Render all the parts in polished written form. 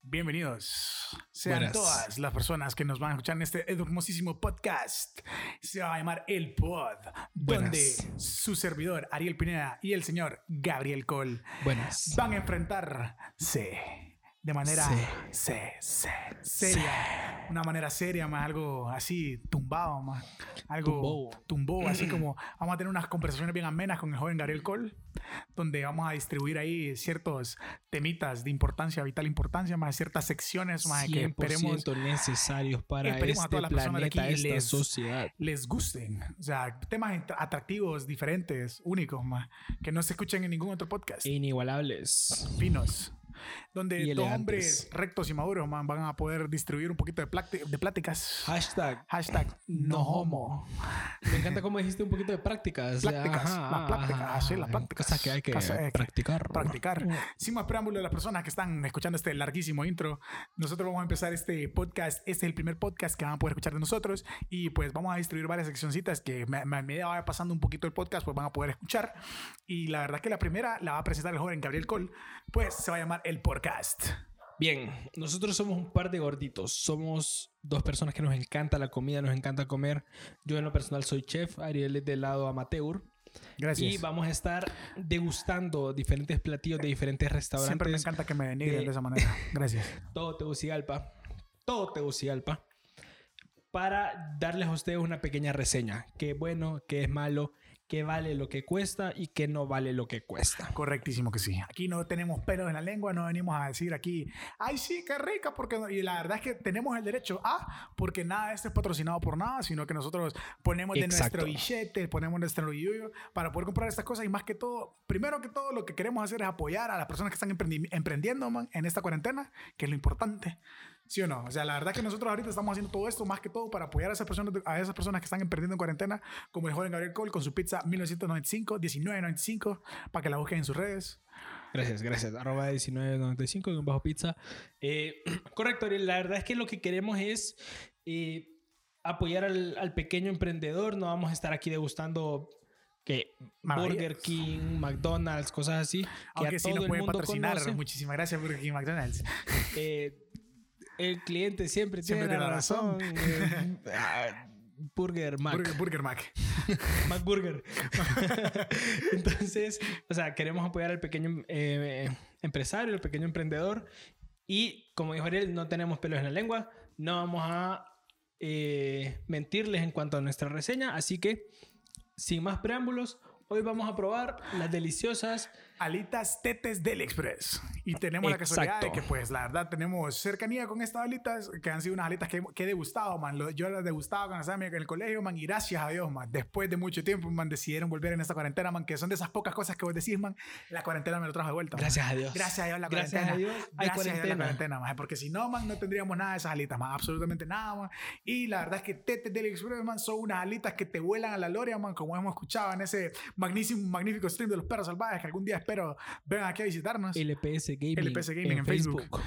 Bienvenidos. Sean Buenas. todas las personas que nos van a escuchar en este hermosísimo podcast. Se va a llamar El Pod, donde su servidor Ariel Pineda y el señor Gabriel Cole Buenas. van a enfrentarse de manera seria. Una manera seria, más algo así tumbado, más algo tumbó, así como vamos a tener unas conversaciones bien amenas con el joven Gabriel Cole, donde vamos a distribuir ahí ciertos temitas de importancia, vital importancia, más ciertas secciones más que esperemos necesarios para esperemos este a todas las personas de aquí planeta, esta sociedad. les gusten. O sea, temas atractivos, diferentes, únicos, más que no se escuchen en ningún otro podcast. Inigualables. Finos. Donde Y dos elegantes. hombres rectos y maduros, man, van a poder distribuir un poquito de pláticas. Hashtag No homo. Me encanta cómo dijiste un poquito de prácticas. Las prácticas, sí, las prácticas. Cosas que hay que practicar. Sin más preámbulo de las personas que están escuchando este larguísimo intro, nosotros vamos a empezar este podcast. Este es el primer podcast que van a poder escuchar de nosotros y pues vamos a distribuir varias seccioncitas que a medida vaya pasando un poquito el podcast pues van a poder escuchar. Y la verdad que la primera la va a presentar el joven Gabriel Cole, pues se va a llamar El Podcast. Bien, nosotros somos un par de gorditos. Somos dos personas que nos encanta la comida, nos encanta comer. Yo en lo personal soy chef, Ariel es del lado amateur. Gracias. Y vamos a estar degustando diferentes platillos de diferentes restaurantes. Siempre me encanta que me denigren de esa manera. Gracias. Todo Tegucigalpa, para darles a ustedes una pequeña reseña. Qué es bueno, qué es malo, qué vale lo que cuesta y qué no vale lo que cuesta. Correctísimo que sí. Aquí no tenemos pelos en la lengua, no venimos a decir aquí, ay sí, qué rica, porque no. Y la verdad es que tenemos el derecho a, porque nada de esto es patrocinado por nada, sino que nosotros ponemos de nuestro billete, ponemos nuestro billuyo para poder comprar estas cosas y más que todo, primero que todo lo que queremos hacer es apoyar a las personas que están emprendiendo, man, en esta cuarentena, que es lo importante. ¿Sí o no? O sea, la verdad que nosotros ahorita estamos haciendo todo esto más que todo para apoyar a esas personas que están emprendiendo en cuarentena, como el joven Gabriel Cole con su pizza 1995, 1995, para que la busquen en sus redes. Gracias. @1995 bajo pizza. Correcto, Ariel. La verdad es que lo que queremos es apoyar al pequeño emprendedor. No vamos a estar aquí degustando Burger King, McDonald's, cosas así. Aunque que sí nos pueden patrocinar. Muchísimas gracias, Burger King y McDonald's. El cliente siempre tiene la razón. Burger Mac. Burger Mac. McBurger. Entonces, o sea, queremos apoyar al pequeño empresario, al pequeño emprendedor. Y como dijo Ariel, no tenemos pelos en la lengua. No vamos a mentirles en cuanto a nuestra reseña. Así que, sin más preámbulos, hoy vamos a probar las deliciosas alitas tetes del Express. Y tenemos la casualidad de que, pues, la verdad, tenemos cercanía con estas alitas, que han sido unas alitas que he degustado, man. Yo las degustaba cuando estaba en el colegio, man. Y gracias a Dios, man, después de mucho tiempo, man, decidieron volver en esta cuarentena, man, que son de esas pocas cosas que vos decís, man. La cuarentena me lo trajo de vuelta, man. Gracias a Dios. Gracias a Dios la cuarentena. Gracias a Dios hay cuarentena, man. Porque si no, man, no tendríamos nada de esas alitas, man. Absolutamente nada, man. Y la verdad es que tetes del Express, man, son unas alitas que te vuelan a la gloria, man, como hemos escuchado en ese magnífico stream de los perros salvajes que algún día espero vengan aquí a visitarnos. LPS Gaming en Facebook.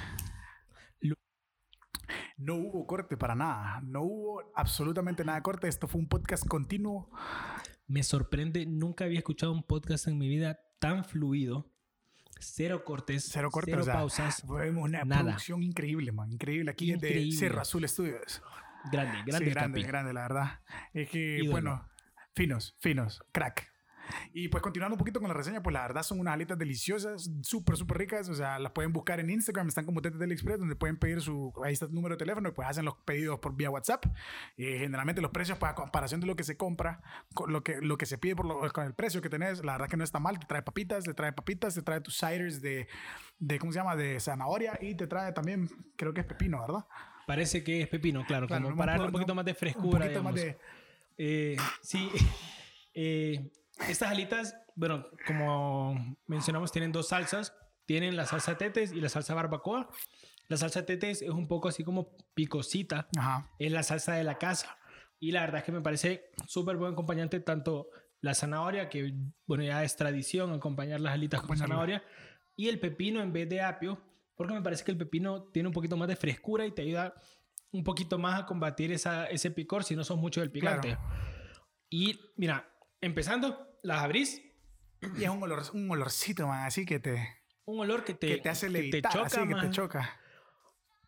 No hubo corte para nada. No hubo absolutamente nada de corte. Esto fue un podcast continuo. Me sorprende. Nunca había escuchado un podcast en mi vida tan fluido. Cero cortes. Cero o sea, pausas. Fue una producción increíble, man. Increíble. Aquí de Cerro Azul Studios. Grande, la verdad. Es que, ídolo. Bueno, finos. Crack. Y pues continuando un poquito con la reseña, pues la verdad son unas alitas deliciosas, súper ricas. O sea, las pueden buscar en Instagram, están como Tetes del Express, donde pueden pedir ahí está el número de teléfono y pues hacen los pedidos por vía WhatsApp. Generalmente los precios, pues a comparación de lo que se compra, con lo que se pide con el precio que tenés, la verdad que no está mal. Te trae papitas, te trae tus ciders de ¿cómo se llama? De zanahoria y te trae también, creo que es pepino, ¿verdad? Parece que es pepino, claro como para darle un poquito más de frescura. Un poquito más de... sí. Estas alitas, bueno, como mencionamos, tienen dos salsas. Tienen la salsa tetes y la salsa barbacoa. La salsa tetes es un poco así como picosita. Ajá. Es la salsa de la casa. Y la verdad es que me parece súper buen acompañante tanto la zanahoria, que bueno, ya es tradición acompañar las alitas con zanahoria, y el pepino en vez de apio, porque me parece que el pepino tiene un poquito más de frescura y te ayuda un poquito más a combatir ese picor si no sos mucho del picante. Claro. Y mira, empezando, las abrís. Y es un olorcito, man, así que te... Un olor que te hace levitar, que te choca, así, que te choca.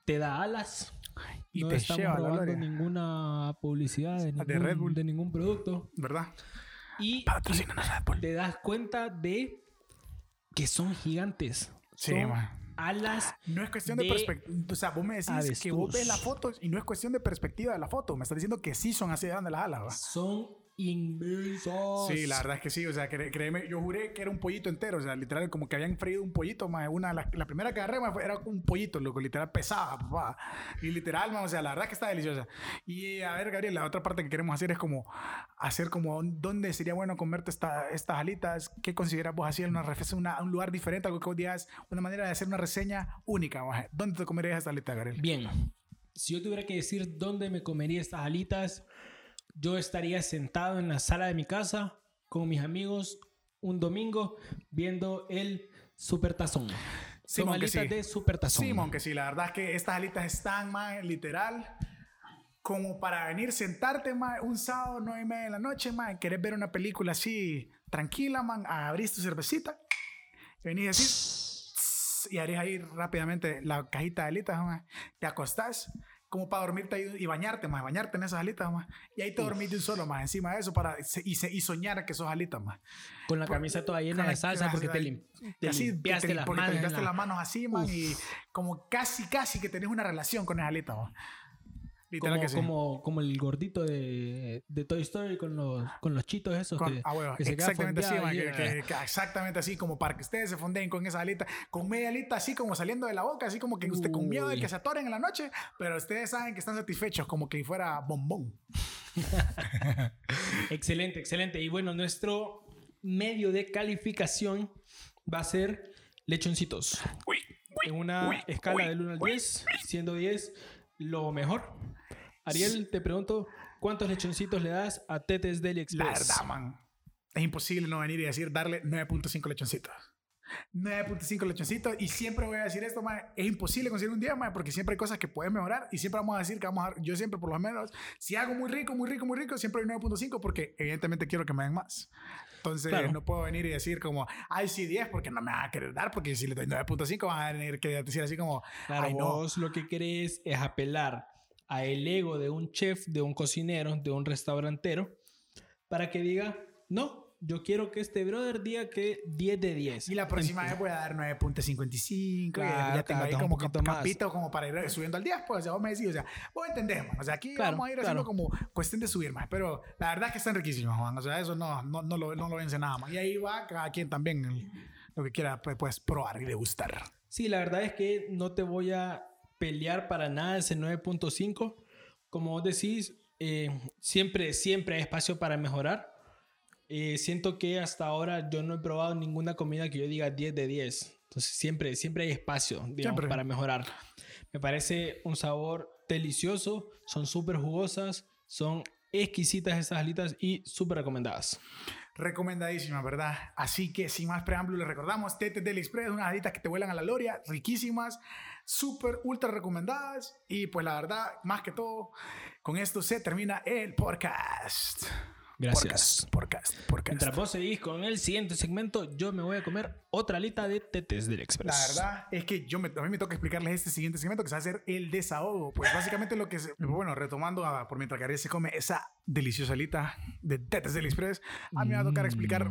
te da alas. Y no te estamos lleva a la robando gloria. ninguna publicidad De Red Bull. de ningún producto. ¿Verdad? Y Patrocínanos Red Bull. te das cuenta de que son gigantes. Sí, son man. alas. No es cuestión de perspectiva. O sea, vos me decís avestruz. que vos ves las fotos y no es cuestión de perspectiva de la foto. Me estás diciendo que sí son así de grandes las alas, ¿va? Son inmensos. Sí, la verdad es que sí. O sea, créeme, yo juré que era un pollito entero. O sea, literal, como que habían freído un pollito, más. La primera que agarré, era un pollito, loco. Literal, pesada, papá. Y literal, man, o sea, la verdad es que está deliciosa. Y a ver, Gabriel, la otra parte que queremos hacer es como hacer como dónde sería bueno comerte estas alitas. ¿Qué consideras vos así? Un lugar diferente, algo que vos digas, una manera de hacer una reseña única, man. ¿Dónde te comerías esta alita, Gabriel? Bien. Si yo tuviera que decir dónde me comería estas alitas, yo estaría sentado en la sala de mi casa con mis amigos un domingo viendo el Supertazón. Son alitas de Supertazón. Simón, que sí, la verdad es que estas alitas están, man, literal, como para venir, sentarte, man, un sábado, 9:30 de la noche, man, querés ver una película así, tranquila, man, abrís tu cervecita, y venís así, y abrís ahí rápidamente la cajita de alitas, man, te acostás, como para dormirte y bañarte, más bañarte en esas alitas, más. Y ahí te dormís de un solo, más encima de eso y soñar que sos alitas, más. Con la camisa toda llena de salsa porque te limpiaste las manos. Te limpiaste las manos así, man, y como casi que tenés una relación con esas alitas, man. Literal que sí. Como el gordito de Toy Story con los chitos esos que se exactamente así, man, exactamente así, como para que ustedes se fondeen con esa alita, con media alita así como saliendo de la boca, así como que usted con miedo de que se atoren en la noche, pero ustedes saben que están satisfechos, como que fuera bombón. Excelente, excelente. Y bueno, nuestro medio de calificación va a ser lechoncitos. En una escala del 1 al 10, siendo 10 lo mejor. Ariel, te pregunto, ¿cuántos lechoncitos le das a Tetes Deli Express? La verdad, man, es imposible no venir y darle 9.5 lechoncitos. 9.5 lechoncitos. Y siempre voy a decir esto, man, es imposible conseguir un día, man, porque siempre hay cosas que pueden mejorar y siempre vamos a decir que vamos a... Yo siempre, por lo menos, si hago muy rico, siempre hay 9.5 porque evidentemente quiero que me den más. Entonces, claro, no puedo venir y decir como, ay, sí, 10, porque no me van a querer dar, porque si le doy 9.5 van a venir a decir así como, claro, ay, no. Vos lo que querés es apelar a el ego de un chef, de un cocinero, de un restaurantero, para que diga, no, yo quiero que este brother diga que 10 de 10. Y la próxima vez voy a dar 9.55. Claro, ya tengo ahí como campito como para ir subiendo al 10. Pues, o sea, vos me decís, o sea, vos entendés, man. O sea, aquí vamos a ir haciendo como cuestión de subir más. Pero la verdad es que están riquísimos, man. O sea, eso no lo vence nada más. Y ahí va cada quien también lo que quiera, pues, probar y degustar. Sí, la verdad es que no te voy a pelear para nada ese 9.5. Como vos decís, siempre hay espacio para mejorar. Siento que hasta ahora yo no he probado ninguna comida que yo diga 10 de 10. Entonces siempre hay espacio, digamos, para mejorar. Me parece un sabor delicioso. Son súper jugosas. Son exquisitas estas alitas y súper recomendadas. Recomendadísima, ¿verdad? Así que sin más preámbulo les recordamos Tetes Deli Express, unas alitas que te vuelan a la gloria, riquísimas, súper ultra recomendadas. Y pues la verdad, más que todo, con esto se termina el podcast. Gracias. Podcast. Mientras vos seguís con el siguiente segmento, yo me voy a comer otra alita de Tetes Deli Express. La verdad es que a mí me toca explicarles este siguiente segmento que se va a hacer el desahogo. Pues básicamente lo que bueno, retomando por mientras Gabriel se come esa deliciosa alita de Tetes Deli Express, a mí me va a tocar explicar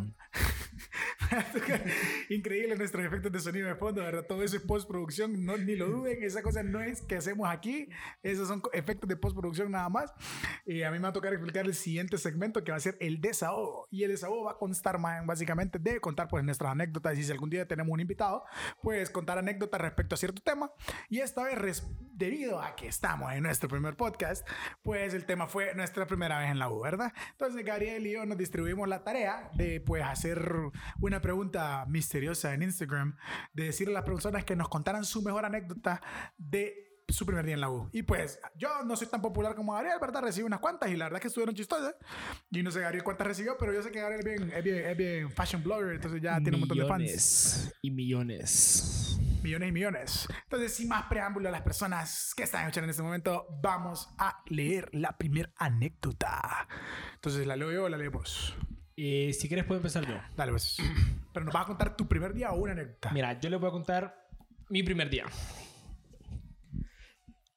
increíble nuestros efectos de sonido de fondo, ¿verdad? Todo eso es postproducción, ni lo duden, esa cosa no es que hacemos aquí, esos son efectos de postproducción nada más. Y a mí me va a tocar explicar el siguiente segmento que va a ser el desahogo. Y el desahogo va a constar, man, básicamente de contar pues nuestras anécdotas. Y si algún día tenemos un invitado, pues contar anécdotas respecto a cierto tema. Y esta vez, debido a que estamos en nuestro primer podcast, pues el tema fue nuestra primera vez en la U, ¿verdad? Entonces Gabriel y yo nos distribuimos la tarea de pues hacer una pregunta misteriosa en Instagram, de decirle a las personas que nos contaran su mejor anécdota de su primer día en la U. Y pues yo no soy tan popular como Gabriel, ¿verdad? Recibí unas cuantas y la verdad es que estuvieron chistosas. Y no sé Gabriel cuántas recibió, pero yo sé que Gabriel es bien fashion blogger, entonces ya tiene un montón de fans. Millones. Entonces, sin más preámbulo a las personas que están escuchando en este momento, vamos a leer la primera anécdota. Entonces, ¿la leo yo o la leemos? Si quieres puedo empezar yo. Dale pues. Pero nos vas a contar tu primer día o una anécdota. Mira, yo les voy a contar mi primer día.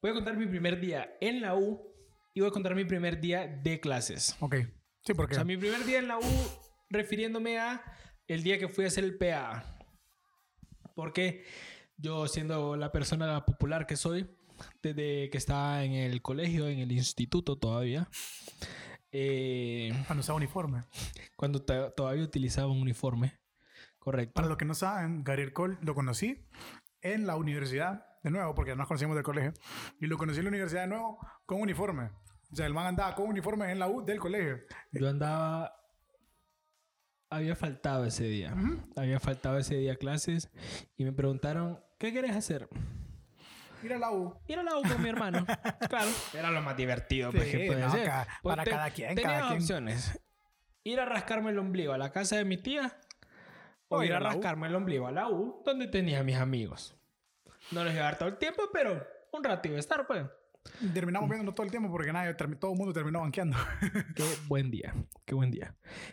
Voy a contar mi primer día en la U y voy a contar mi primer día de clases. Ok. Sí, ¿por qué? O sea, mi primer día en la U refiriéndome a el día que fui a hacer el PA. Porque yo, siendo la persona popular que soy, desde que estaba en el colegio, en el instituto todavía. Cuando usaba uniforme. Cuando todavía utilizaba un uniforme. Correcto. Para los que no saben, Gabriel Cole lo conocí en la universidad, de nuevo, porque nos conocíamos del colegio. Y lo conocí en la universidad de nuevo con uniforme. O sea, el man andaba con uniforme en la U del colegio. Yo andaba... Había faltado ese día. Había faltado ese día a clases y me preguntaron, ¿qué quieres hacer? Ir a la U. Ir a la U con mi hermano. Claro. Era lo más divertido pues, que puede ser. Para cada quien. Tenía dos opciones. Ir a rascarme el ombligo a la casa de mi tía o ir a rascarme el ombligo a la U, donde tenía a mis amigos. No les iba a dar todo el tiempo, pero un rato iba a estar, pues. Terminamos viéndolo todo el tiempo porque todo el mundo terminó banqueando. Qué buen día. Qué buen día.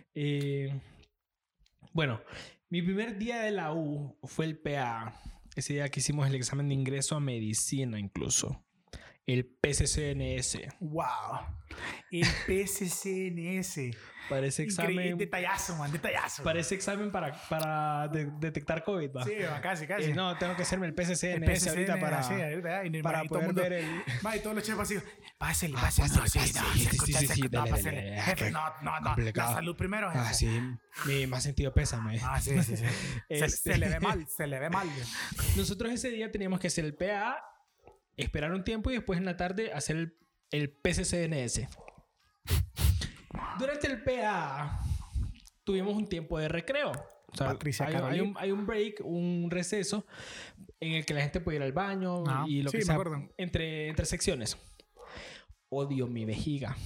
Bueno, mi primer día de la U fue el PA. Ese día que hicimos el examen de ingreso a medicina incluso. El PCCNS. ¡Wow! El PCCNS. Para ese examen... Detallazo, man. Detallazo. Para ese examen para detectar COVID, ¿va? Sí, casi. No, tengo que hacerme el PCCNS ahorita para poder ver el... Y todos los chefs así... Pásale. Sí, dale. Jefe, no. La salud primero, jefe. Sí. Mi más sentido pésame. Sí. Se le ve mal. Nosotros ese día teníamos que hacer el PA, esperar un tiempo y después en la tarde hacer el PCCNS. Durante el PA tuvimos un tiempo de recreo. O sea, hay un break, un receso en el que la gente puede ir al baño y lo que sea entre secciones. Odio mi vejiga.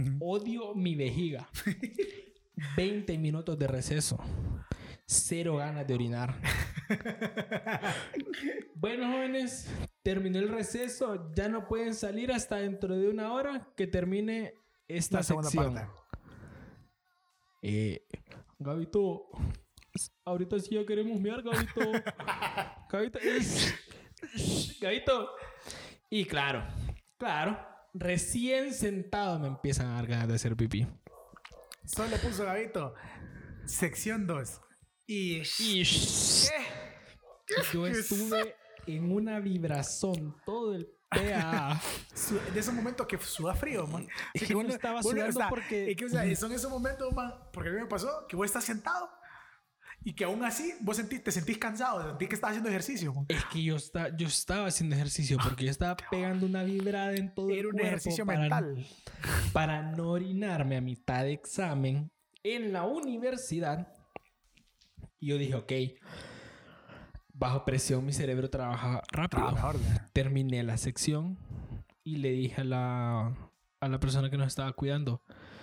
20 minutos de receso. 0 ganas de orinar. Bueno, jóvenes, terminó el receso. Ya no pueden salir hasta dentro de 1 hora que termine esta sección. Gabito, ahorita sí ya queremos mirar, Gabito. Gabito. Y claro, recién sentado me empiezan a dar ganas de hacer pipí. Solo puso Gabito. Sección 2. Y yo estuve en una vibrazón todo el PA. De esos momentos que suda frío, man. Es que uno estaba sudando porque... son esos momentos, man, porque a mí me pasó que vos estás sentado y que aún así vos te sentís cansado, sentís que estás haciendo ejercicio, man. Es que yo estaba haciendo ejercicio porque yo estaba pegando una vibrada en todo el cuerpo. Era un ejercicio mental. Para no orinarme a mitad de examen en la universidad. Y yo dije, ok, bajo presión mi cerebro trabaja rápido. Terminé la sección y le dije a la persona que nos estaba cuidando,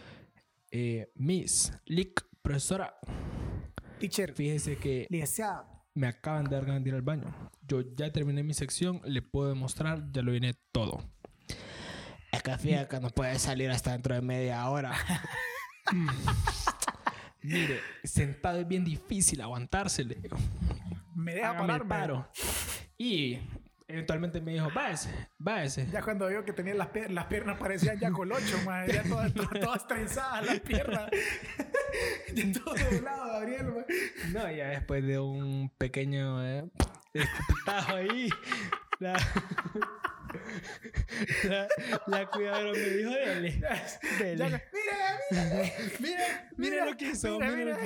Miss, profesora, teacher, fíjese que me acaban de dar ganas de ir al baño. Yo ya terminé mi sección, le puedo demostrar, ya lo viene todo. Es que fíjate que no puede salir hasta dentro de media hora. Mire, sentado es bien difícil aguantársele. Me deja pararme. Y eventualmente me dijo, váyase. Ya cuando vio que tenía las piernas parecían ya colocho, man. Ya todas trenzadas las piernas. Ya todo doblado, Gabriel, man. No, ya después de un pequeño escupitajo ahí, la cuidadora me dijo, dele. Mira lo que hizo.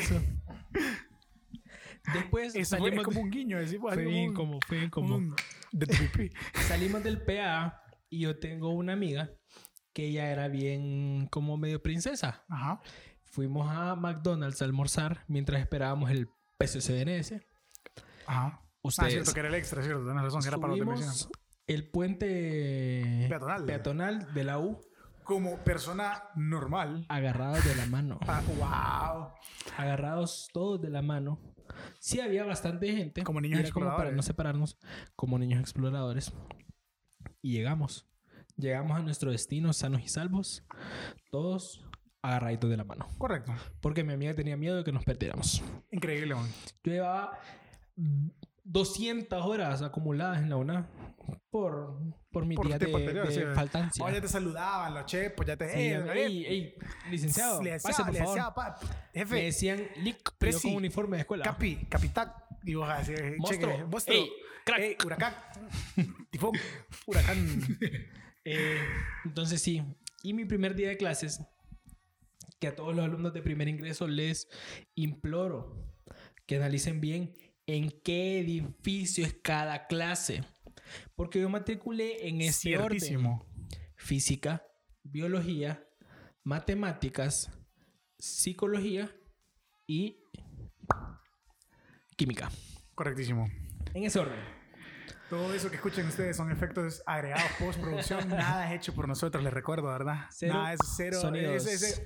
Después salimos como un guiño, decimos. Fue como de pipí. Salimos del PA y yo tengo una amiga que ella era bien como medio princesa. Ajá. Fuimos a McDonald's a almorzar mientras esperábamos el PCCNS. Ajá. Cierto que era el extra, cierto. Tienes razón, que era para los demás. El puente peatonal de la U. Como persona normal. Agarrados de la mano. ¡Wow! Agarrados todos de la mano. Sí había bastante gente. Como niños exploradores. Como para no separarnos. Como niños exploradores. Y llegamos. Llegamos a nuestro destino sanos y salvos. Todos agarraditos de la mano. Correcto. Porque mi amiga tenía miedo de que nos perdiéramos. Increíble, man. Yo llevaba 200 horas acumuladas en la UNA por mi día de faltancia. Ya te saludaban los chepos, ya te... Ey, licenciado, pase por favor. Jefe. Me decían Lick, yo con uniforme de escuela. Capitán. Y vos así, monstruo. Ey, crack. Huracán. Tifón. Huracán. Entonces sí. Y mi primer día de clases, que a todos los alumnos de primer ingreso les imploro que analicen bien en qué edificio es cada clase. Porque yo matriculé en este orden: física, biología, matemáticas, psicología y química. Correctísimo. En ese orden. Todo eso que escuchen ustedes son efectos agregados postproducción. Nada es hecho por nosotros, les recuerdo, ¿verdad? Nada es cero. Sonidos.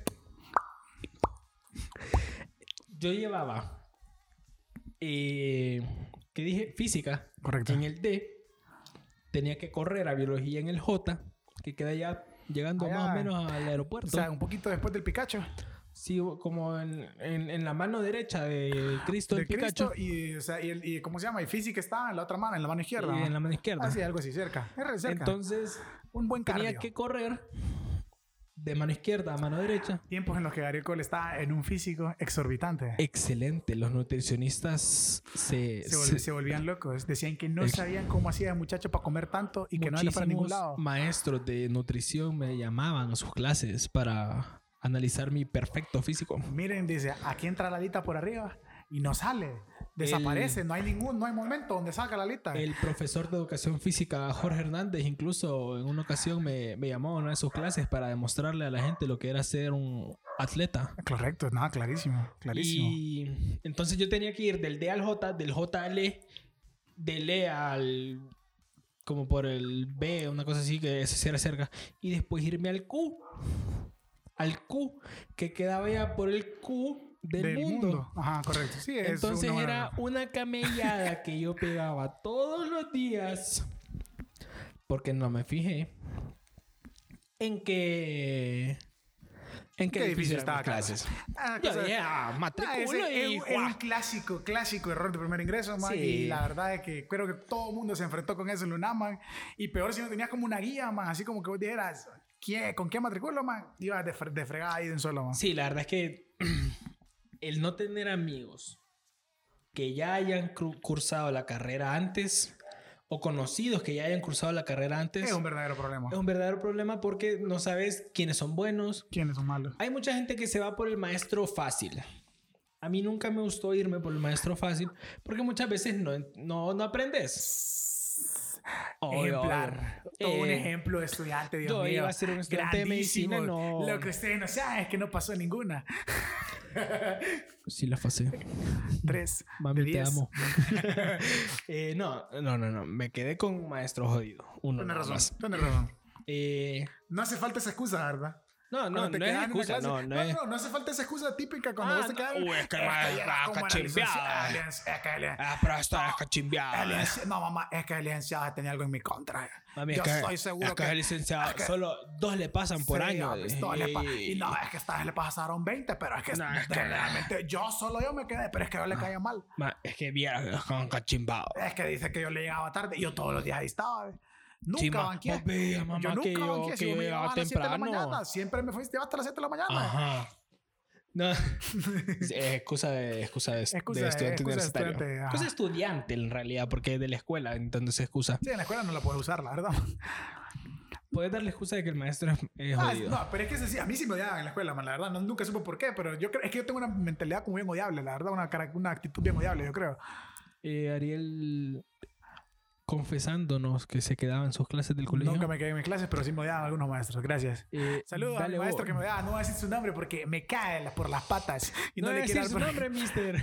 Yo llevaba... ¿qué dije? Física. Correcto. En el D. Tenía que correr a biología en el J, que queda ya llegando más o menos al aeropuerto. O sea, un poquito después del Picacho. Sí, como en la mano derecha de Cristo el Picacho. Y ¿cómo se llama? Y física está en la otra mano, en la mano izquierda. Y en la mano izquierda. Sí, algo así, cerca. Entonces, un buen cardio. Tenía que correr de mano izquierda a mano derecha. Tiempos en los que Gabriel Cole está en un físico exorbitante. Excelente. Los nutricionistas se volvían locos. Decían que no sabían cómo hacía el muchacho para comer tanto y que no era para ningún lado. Maestros de nutrición me llamaban a sus clases para analizar mi perfecto físico. Miren, dice, aquí entra la alita por arriba y no sale. Desaparece, no hay momento donde salga la alita. El profesor de educación física, Jorge Hernández, incluso en una ocasión me llamó a una de sus clases para demostrarle a la gente lo que era ser un atleta. Correcto, nada, clarísimo. Y entonces yo tenía que ir del D al J, del J al E, del E al... como por el B, una cosa así que se era cerca. Y después irme al Q. Al Q, que quedaba ya por el Q del mundo. Ajá, correcto. Sí, entonces era una camellada que yo pegaba todos los días porque no me fijé en qué edificio estaba clases. Matriculo y un clásico error de primer ingreso, man. Sí. Y la verdad es que creo que todo el mundo se enfrentó con eso en UNAM, man. Y peor si no tenías como una guía, man, así como que vos dijeras, ¿con qué matriculo, man? Ibas de fregada ahí de un solo, man. Sí, la verdad es que el no tener amigos que ya hayan cursado la carrera antes o conocidos que ya hayan cursado la carrera antes es un verdadero problema. Es un verdadero problema porque no sabes quiénes son buenos, quiénes son malos. Hay mucha gente que se va por el maestro fácil. A mí nunca me gustó irme por el maestro fácil porque muchas veces no aprendes. Ejemplar. Un ejemplo de estudiante, Dios mío. Yo iba a ser un estudiante de medicina, no. Lo que ustedes no saben es que no pasó ninguna. Sí la pasé. 3. Mami, te amo. No. Me quedé con un maestro jodido. Tienes razón. No hace falta esa excusa, ¿verdad? No es excusa. No hace falta esa excusa típica cuando vos te quedas. Es que la cachimbiada. Pero esta es cachimbiada. No, mamá, es que el licenciado tenía algo en mi contra. Mami, yo estoy seguro que el licenciado solo 2 le pasan por año. Y no, es que esta vez le pasaron 20, pero es que realmente yo me quedé, pero es que yo le caía mal. Es que vieron con cachimbado. Es que dice que yo le llegaba tarde y yo todos los días ahí estaba. Nunca banqué. Mamá, yo nunca banqué. Si yo me llegaba a las 7 de la mañana. Siempre me fuiste hasta las 7 de la mañana. Ajá. No. Es excusa de estudiante universitario. Excusa de estudiante, en realidad, porque es de la escuela, entonces excusa. Sí, en la escuela no la puedes usar, la verdad. Puedes darle excusa de que el maestro es jodido. No, pero es que a mí sí me odiaban en la escuela, man, la verdad. Nunca supe por qué, pero es que yo tengo una mentalidad como bien odiable, la verdad. Una actitud bien odiable, yo creo. Ariel... confesándonos que se quedaba en sus clases del colegio. Nunca me quedé en mis clases, pero sí me odiaban algunos maestros. Gracias. Saludos al maestro que me odiaba. No voy a decir su nombre porque me cae por las patas. Y no le quiero decir su nombre, mister.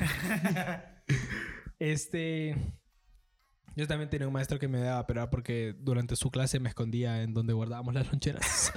Yo también tenía un maestro que me odiaba, pero era porque durante su clase me escondía en donde guardábamos las loncheras.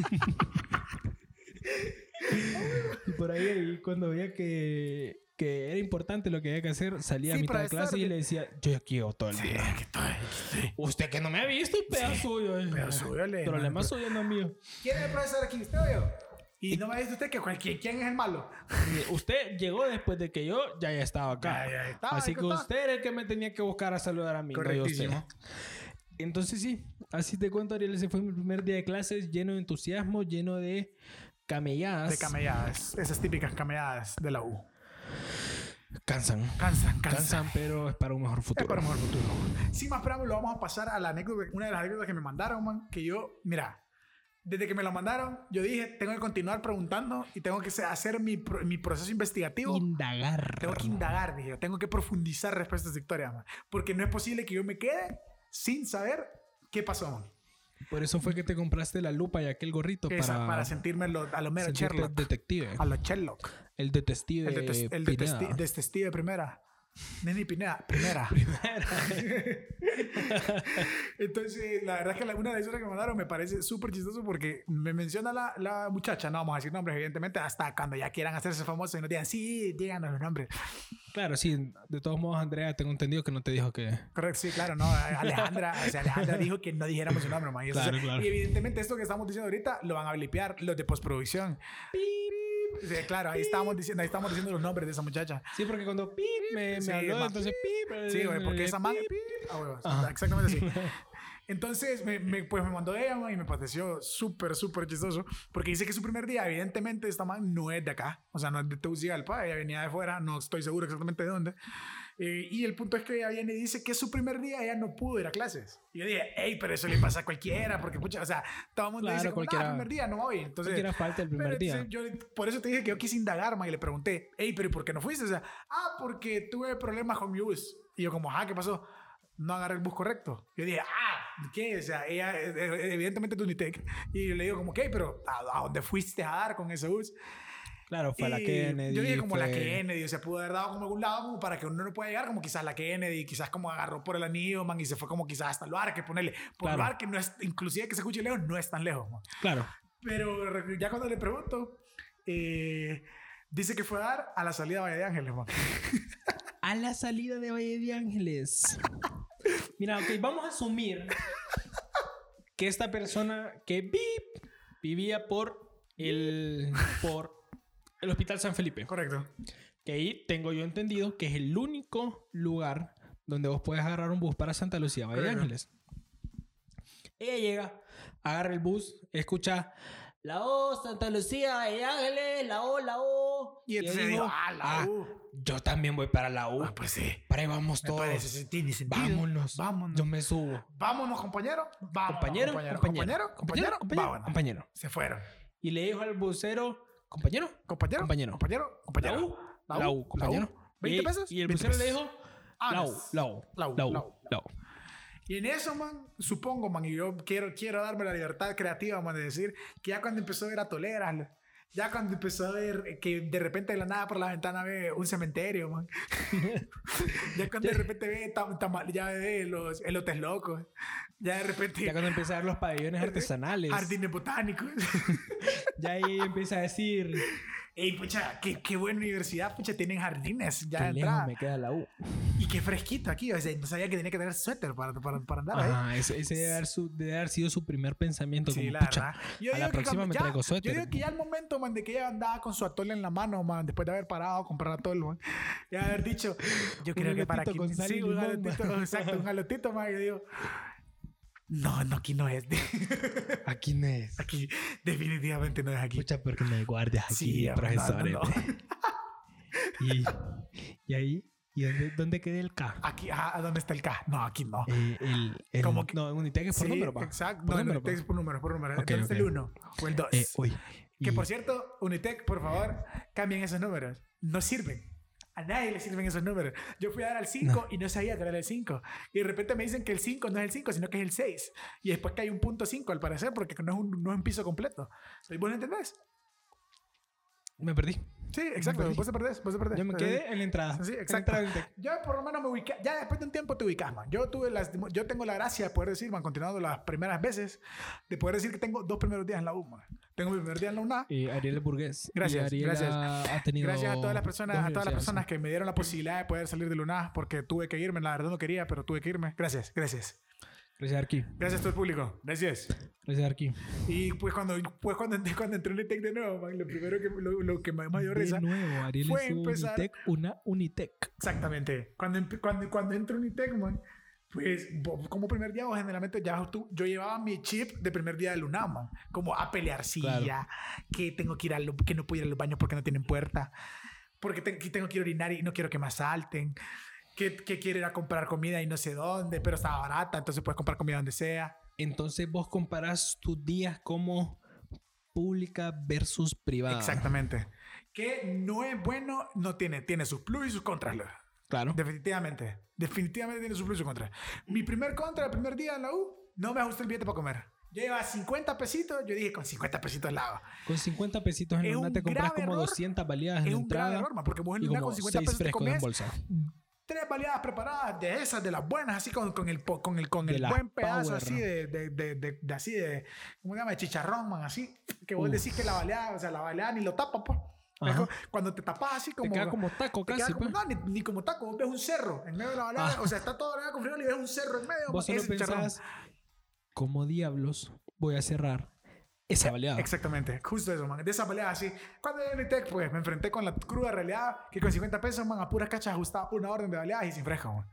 Y por ahí, cuando veía que era importante lo que había que hacer, salía a mitad de clase y le decía, yo aquí llevo todo el día. Sí. Usted que no me ha visto, pedazo suyo. Pedazo suyo, problema suyo, no mío. ¿Quién es el profesor aquí? ¿Usted o yo? Y no me dice usted que quién es el malo. Usted llegó después de que yo ya estaba acá. Ya estaba, así que usted era el que me tenía que buscar a saludar a mí. Correctísimo. No usted. Entonces sí, así te cuento, Ariel, ese fue mi primer día de clases lleno de entusiasmo, lleno de camelladas. De camelladas. Esas típicas camelladas de la U. Cansan, pero es para un mejor futuro. Es para un mejor futuro. Sin más preámbulo, vamos a pasar a la anécdota, una de las anécdotas que me mandaron, man, que yo, mira, desde que me la mandaron, yo dije, tengo que continuar preguntando y tengo que hacer mi proceso investigativo. Tengo que indagar, dije, tengo que profundizar respecto a esta historia, man, porque no es posible que yo me quede sin saber qué pasó, man. Por eso fue que te compraste la lupa y aquel gorrito para sentirme a lo mero Sherlock. Detective. A lo Sherlock. El detective. El detective primera. Neni Pineda, primera. Entonces, la verdad es que una de las historias que me mandaron me parece súper chistoso porque me menciona la muchacha, no vamos a decir nombres, evidentemente, hasta cuando ya quieran hacerse famosos y nos digan, sí, díganos los nombres. Claro, sí. De todos modos, Andrea, tengo entendido que no te dijo que... Correcto, sí, claro, no. Alejandra dijo que no dijéramos su nombre, man. Claro. Y evidentemente esto que estamos diciendo ahorita lo van a blipear los de postproducción. Sí, claro, ahí estamos diciendo los nombres de esa muchacha. Sí, porque cuando me habló, entonces sí, güey, porque esa man... exactamente así. Entonces, pues me mandó ella, man, y me pareció súper chistoso. Porque dice que su primer día, evidentemente, esta man no es de acá. O sea, no es de Tegucigalpa. Ella venía de fuera. No estoy seguro exactamente de dónde. Y el punto es que ella viene y dice que su primer día ella no pudo ir a clases. Y yo dije, hey, pero eso le pasa a cualquiera. Porque, pucha, o sea, todo el mundo dice, el primer día no voy. Entonces, cualquiera falta el primer día. Yo, por eso te dije que yo quise indagar, man, y le pregunté, hey, pero ¿y por qué no fuiste? O sea, porque tuve problemas con mi bus. Y yo como, ¿qué pasó? No agarré el bus correcto. Yo dije, ¿qué? O sea, ella evidentemente es de Unitec. Y le digo como, ¿qué? Pero ¿a dónde fuiste a dar con ese bus? Claro, fue a la Kennedy. Yo dije como la Kennedy, o sea, pudo haber dado como algún lado como para que uno no pueda llegar, como quizás la Kennedy, quizás como agarró por el anillo, man, y se fue como quizás hasta el bar, que ponerle, por el bar que no es, inclusive que se escuche lejos, no es tan lejos, man. Claro. Pero ya cuando le pregunto, dice que fue a dar a la salida de Valle de Ángeles, man. A la salida de Valle de Ángeles. Mira, ok, vamos a asumir que esta persona que vivía por el Hospital San Felipe. Correcto. Que ahí tengo yo entendido que es el único lugar donde vos puedes agarrar un bus para Santa Lucía, Valle de Ángeles. Ella llega, agarra el bus, escucha la O, Santa Lucía, Valle de Ángeles, la O. Y entonces dijo, la U. Yo también voy para la U. Pues sí. Para ahí vamos todos. Tiene sentido. Vámonos. Yo me subo. Vámonos, compañero. Compañero. Se fueron. Y le dijo al busero, compañero. La U, compañero. 20 pesos. Y el busero le dijo, la U. Y en eso, man, supongo, man, y yo quiero darme la libertad creativa, man, de decir que ya cuando empezó a ver a Toleras, ya cuando empezó a ver que de repente de la nada por la ventana ve un cementerio, man. Ya cuando de repente ve ya ve los elotes locos. Ya de repente... Ya cuando empieza a ver los pabellones artesanales. Jardines botánicos. Ya ahí empieza a decir... Ey, pucha, qué buena universidad, pucha, tienen jardines ya de lejos entrada. Me queda la U. Y qué fresquito aquí, o sea, no sabía que tenía que tener suéter para andar ahí. Ese debe haber sido su primer pensamiento. Sí, como, la pucha, verdad. a la próxima me traigo suéter. Yo digo que ya al momento, man, de que ella andaba con su atole en la mano, man, después de haber parado a comprar atole, man, ya haber dicho, yo creo que para aquí... Sí, un galotito, exacto, un galotito, man, y yo digo... No, aquí no es. Aquí no es. Aquí definitivamente no es aquí. Pucha, porque me guardias aquí, sí, profesores. No. Y ahí, ¿y dónde queda el K? Aquí, ¿dónde está el K? No, aquí no. ¿Cómo que? No, Unitec es por número, pa. Exacto. No, Unitec es por número. Okay, ¿Dónde está el 1 o el 2? Que por cierto, Unitec, por favor, cambien esos números. No sirven. A nadie le sirven esos números. Yo fui a dar al 5 y no sabía que era el 5. Y de repente me dicen que el 5 no es el 5, sino que es el 6. Y después que hay un punto 5 al parecer, porque no es un piso completo. ¿Vos lo entendés? Me perdí. Sí, exacto. Vos te perdés. Yo me quedé en la entrada. Sí, exacto. Yo por lo menos me ubiqué. Ya después de un tiempo te ubicas, man. Yo tengo la gracia de poder decir, man, continuando las primeras veces, de poder decir que tengo 2 primeros días en la U, man. Tengo mi primer día en la UNA. Y Ariel Burgués. Gracias. Ha tenido gracias a todas las personas que me dieron la posibilidad de poder salir de la UNA, porque tuve que irme. La verdad no quería, pero tuve que irme. Gracias. Gracias, Arqui. Gracias a todo el público. Gracias. Gracias, Arqui. Y pues cuando entré en Unitec de nuevo, man, lo primero que lo que más dio risa De nuevo, Ariel fue es empezar... Unitec, una Unitec. Exactamente. Cuando entro a Unitec, man, pues como primer día, generalmente yo llevaba mi chip de primer día del UNAM, man, como a pelear silla, claro. Que tengo que ir que no puedo ir a los baños porque no tienen puerta, porque tengo que ir a orinar y no quiero que me asalten, que quiero ir a comprar comida y no sé dónde, pero está barata, entonces puedes comprar comida donde sea. Entonces vos comparás tus días como pública versus privada. Exactamente. Que no es bueno, no tiene sus plus y sus contras. Claro. Definitivamente tiene sus plus y sus contras. Mi primer contra, el primer día en la U, no me ajusté el billete para comer. Yo llevaba 50 pesitos, yo dije con 50 pesitos la hago. Con 50 pesitos en la UNA te compras como 200 baleadas en la entrada. Es un grave error, porque vos en una con 50 pesos te comes 3 baleadas preparadas de esas, de las buenas, así con el buen pedazo así de así de, ¿cómo se llama? De chicharrón, man, así. Que vos decís que la baleada ni lo tapa, pues. Cuando te tapas así como... Te queda como taco casi, pues. No, ni como taco. Vos ves un cerro en medio de la baleada. O sea, está todo baleada con frijol y ves un cerro en medio. Vos solo pensás, ¿cómo diablos voy a cerrar esa baleada? Exactamente. Justo eso, man. De esa baleada así. Cuando en Unitec, pues, me enfrenté con la cruda realidad que con 50 pesos, man, a puras cachas ajustaba una orden de baleadas y sin fresco, man.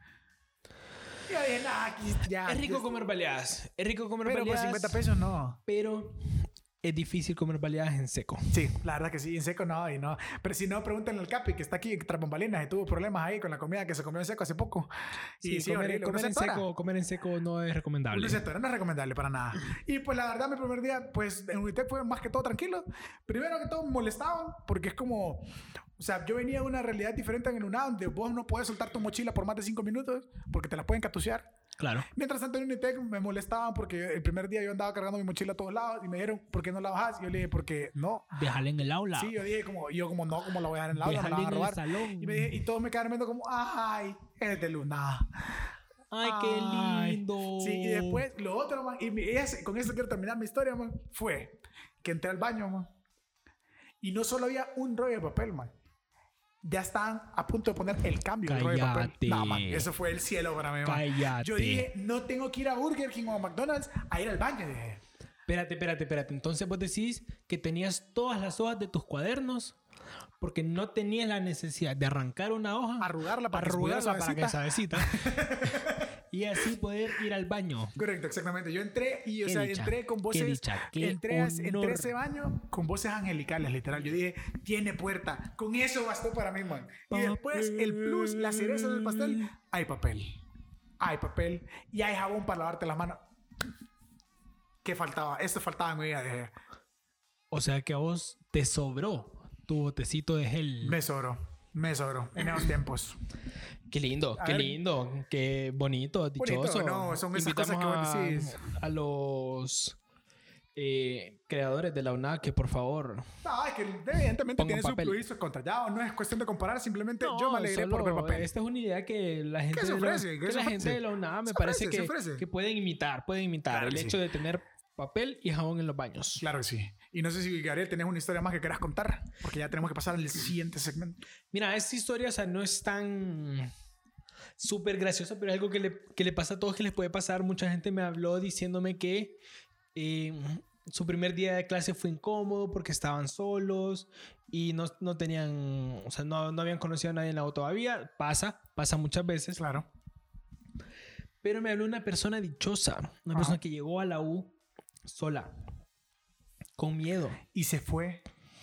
Y yo dije, nah, aquí ya... Es rico comer baleadas. Pero por 50 pesos no. Pero... es difícil comer baleadas en seco. Sí, la verdad que sí, en seco no, y no. Pero si no, pregúntenle al Capi, que está aquí tras bambalinas y tuvo problemas ahí con la comida que se comió en seco hace poco. Sí, comer en seco no es recomendable. No es recomendable para nada. Y pues la verdad, mi primer día, pues en Unitec fue más que todo tranquilo. Primero que todo me molestaban, porque es como... O sea, yo venía de una realidad diferente en el UNAM, donde vos no puedes soltar tu mochila por más de 5 minutos, porque te la pueden catucear. Claro. Mientras tanto en Unitec me molestaban porque el primer día yo andaba cargando mi mochila a todos lados y me dijeron, ¿por qué no la bajas? Y yo le dije, porque no. Déjala en el aula. Sí, yo dije, como no, ¿cómo la voy a dejar en el aula? Me la van a robar. Y todos me quedaron viendo como, ay, es de Luna. Ay, qué lindo. Sí, y después lo otro, man, con eso quiero terminar mi historia, man, fue que entré al baño, man, y no solo había un rollo de papel, man. Ya estaban a punto de poner el cambio del rollo de papel. No, man, eso fue el cielo para mí, man. Cállate. Yo dije, no tengo que ir a Burger King o a McDonald's a ir al baño, dije. Espérate. Entonces vos decís que tenías todas las hojas de tus cuadernos porque no tenías la necesidad de arrancar una hoja, arrugarla para que suavecita y así poder ir al baño. Correcto, exactamente. Yo entré y, entré con voces. Entré a ese baño con voces angelicales, literal. Yo dije, tiene puerta. Con eso bastó para mí, man. Y después, el plus, la cereza del pastel, hay papel. Y hay jabón para lavarte las manos. ¿Qué faltaba? Esto faltaba en mi vida, dije. O sea que a vos te sobró tu botecito de gel. Me sobró en esos tiempos. Qué lindo, qué bonito, dichoso. No, son esas cosas que vos decís. A los creadores de la UNA que por favor. No, es que evidentemente tiene su plus y su contra. Ya no es cuestión de comparar, simplemente yo me alegré por ver papel. Esta es una idea que la gente de la UNA me parece que pueden imitar. Claro, el hecho de tener papel y jabón en los baños. Claro que sí. Y no sé si, Gabriel, tenés una historia más que quieras contar, porque ya tenemos que pasar al siguiente segmento. Mira, esta historia, o sea, no es tan súper graciosa, pero es algo que le pasa a todos, que les puede pasar. Mucha gente me habló diciéndome que su primer día de clase fue incómodo porque estaban solos y no tenían, o sea, no habían conocido a nadie en la U todavía. Pasa muchas veces. Claro. Pero me habló una persona dichosa, una persona que llegó a la U sola, con miedo. Y se fue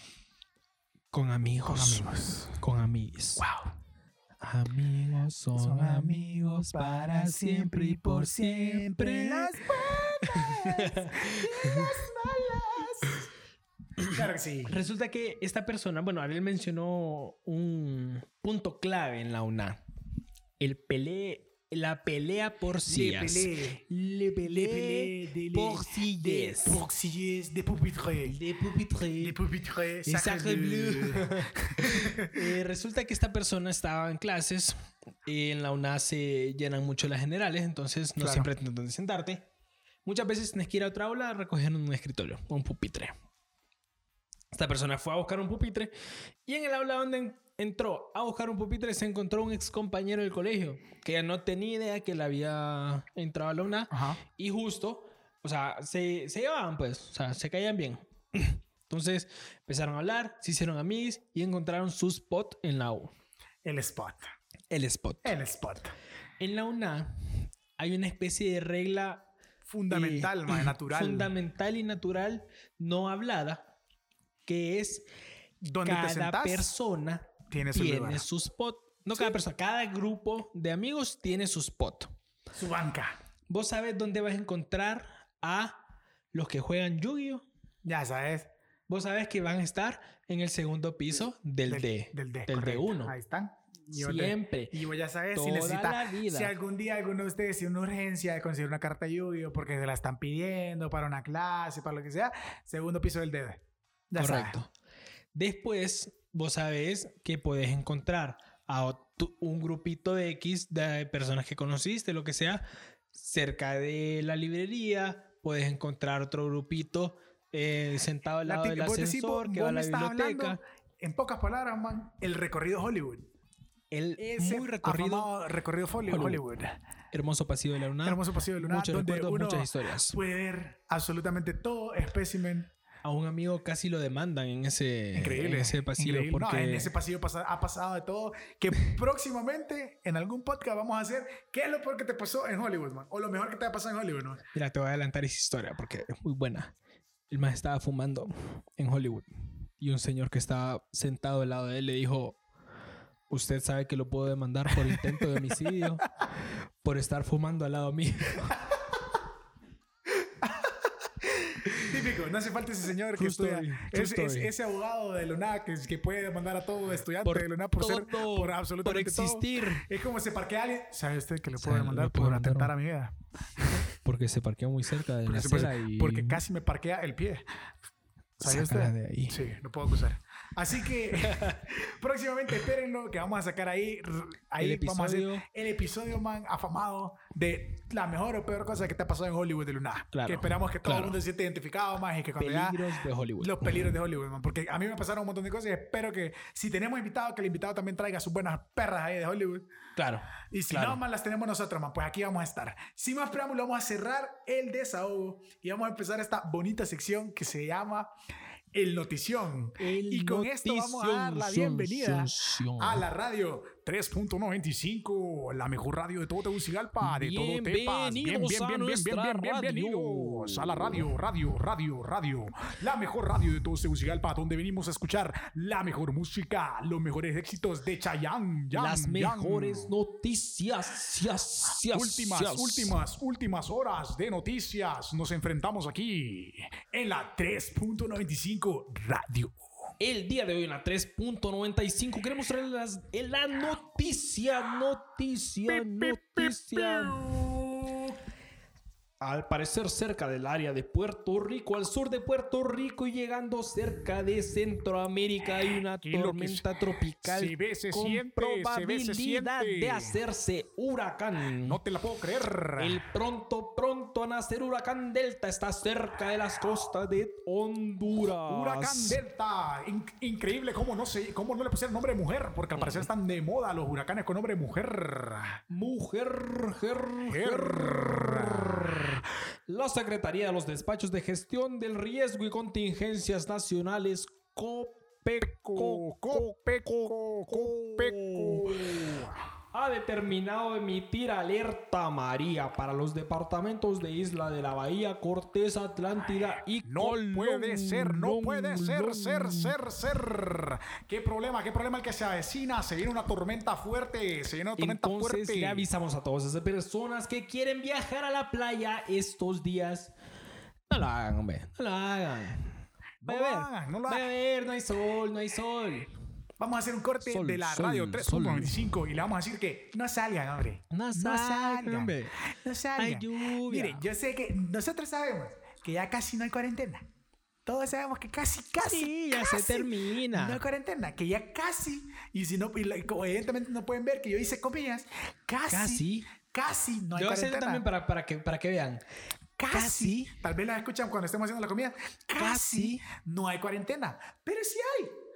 con amigos. Con amigos. Wow. Amigos son amigos para siempre y por siempre. Las buenas y las malas. Claro que sí. Resulta que esta persona, bueno, Ariel mencionó un punto clave en la UNA. La pelea por sillas. Le pelé por sillas. Por sillas de pupitre. De pupitre. Sacre bleu. Resulta que esta persona estaba en clases. En la UNA se llenan mucho las generales, entonces no siempre tienes donde sentarte. Muchas veces tienes que ir a otra aula a recoger un escritorio o un pupitre. Esta persona fue a buscar un pupitre y en el aula donde entró a buscar un pupitre, se encontró un ex compañero del colegio que ya no tenía idea que él había entrado a la UNA. Ajá. Y justo, o sea, se llevaban pues, o sea, se caían bien. Entonces empezaron a hablar, se hicieron amigos y encontraron su spot en la U. El spot. El spot. El spot. En la UNA hay una especie de regla fundamental, natural. Fundamental y natural, no hablada, que es donde cada persona tiene su spot. No cada persona, cada grupo de amigos tiene su spot. Su banca. ¿Vos sabés dónde vas a encontrar a los que juegan Yu-Gi-Oh? Ya sabes. Vos sabés que van a estar en el segundo piso del D1. Ahí están. Siempre. Y vos ya sabes, toda si necesita, la vida. si algún día alguno de ustedes tiene una urgencia de conseguir una carta Yu-Gi-Oh porque se la están pidiendo para una clase, para lo que sea, segundo piso del D. Ya correcto. Sabes. Después, vos sabés que podés encontrar a un grupito de X de personas que conociste, lo que sea, cerca de la librería. Puedes encontrar otro grupito sentado al lado del ascensor que va a la biblioteca. En pocas palabras, man, el recorrido Hollywood. Muy recorrido Hollywood. Hermoso pasillo de la UNA. Hermoso pasillo de la UNA. Muchos recuerdos, muchas historias. Puede ver absolutamente todo espécimen. A un amigo casi lo demandan en ese pasillo. Increíble. Porque... No, en ese pasillo ha pasado de todo. Que próximamente en algún podcast vamos a hacer qué es lo peor que te pasó en Hollywood, man. O lo mejor que te ha pasado en Hollywood, ¿no? Mira, te voy a adelantar esa historia porque es muy buena. El man estaba fumando en Hollywood y un señor que estaba sentado al lado de él le dijo: usted sabe que lo puedo demandar por intento de homicidio por estar fumando al lado mío. Típico, no hace falta ese señor que estudia. Ese abogado de Luna que puede demandar a todo estudiante de Luna por absolutamente por existir. Todo. Es como se parquea alguien. ¿Sabe usted que le puedo demandar por atentar a mi vida? Porque se parquea muy cerca de la acera y... Porque casi me parquea el pie. ¿Sabe usted? De ahí. Sí, lo puedo acusar. Así que próximamente espérenlo, que vamos a sacar ahí vamos a hacer el episodio, man, afamado de la mejor o peor cosa que te ha pasado en Hollywood de Luna. Claro, que esperamos que todo el mundo se siente identificado, más y que cuando peligros de Hollywood. Los peligros de Hollywood, man. Porque a mí me pasaron un montón de cosas y espero que si tenemos invitado, que el invitado también traiga sus buenas perras ahí de Hollywood. Claro. Y si no, man, las tenemos nosotros, man, pues aquí vamos a estar. Sin más preámbulo, vamos a cerrar el desahogo y vamos a empezar esta bonita sección que se llama El Notición. Y con esto vamos a dar la bienvenida a la radio 3.95, la mejor radio de todo Tegucigalpa, de todo Tepas. Bienvenidos a la radio, la mejor radio de todo Tegucigalpa, donde venimos a escuchar la mejor música, los mejores éxitos de Chayanne, las mejores noticias. Últimas horas de noticias. Nos enfrentamos aquí en la 3.95 radio. El día de hoy en la 3.95 queremos traerles la noticia. Al parecer cerca del área de Puerto Rico, al sur de Puerto Rico y llegando cerca de Centroamérica, hay una tormenta tropical con probabilidad de hacerse huracán. No te la puedo creer. El pronto a nacer huracán Delta está cerca de las costas de Honduras. Huracán Delta. Increíble cómo no le pusieron nombre de mujer, porque al parecer están de moda los huracanes con nombre de mujer. La Secretaría de los Despachos de Gestión del Riesgo y Contingencias Nacionales, COPECO, ha determinado emitir alerta María para los departamentos de Isla de la Bahía, Cortés, Atlántida y Colón. No puede ser. ¿Qué problema el que se avecina? Se viene una tormenta fuerte. Entonces le avisamos a todas esas personas que quieren viajar a la playa estos días. No lo hagan, hombre. No lo hagan. Vaya a ver, no hay sol. Vamos a hacer un corte de la radio 3.95 y le vamos a decir que no salgan, hombre. No salgan. Hay lluvia. Miren, yo sé que nosotros sabemos que ya casi no hay cuarentena. Todos sabemos que casi. Sí, ya se termina. No hay cuarentena, que ya casi. Y si no, evidentemente no pueden ver que yo hice comillas. Casi no hay cuarentena. Yo voy a hacer también para que vean. Casi. Tal vez la escuchan cuando estemos haciendo la comida. Casi no hay cuarentena. Pero sí hay.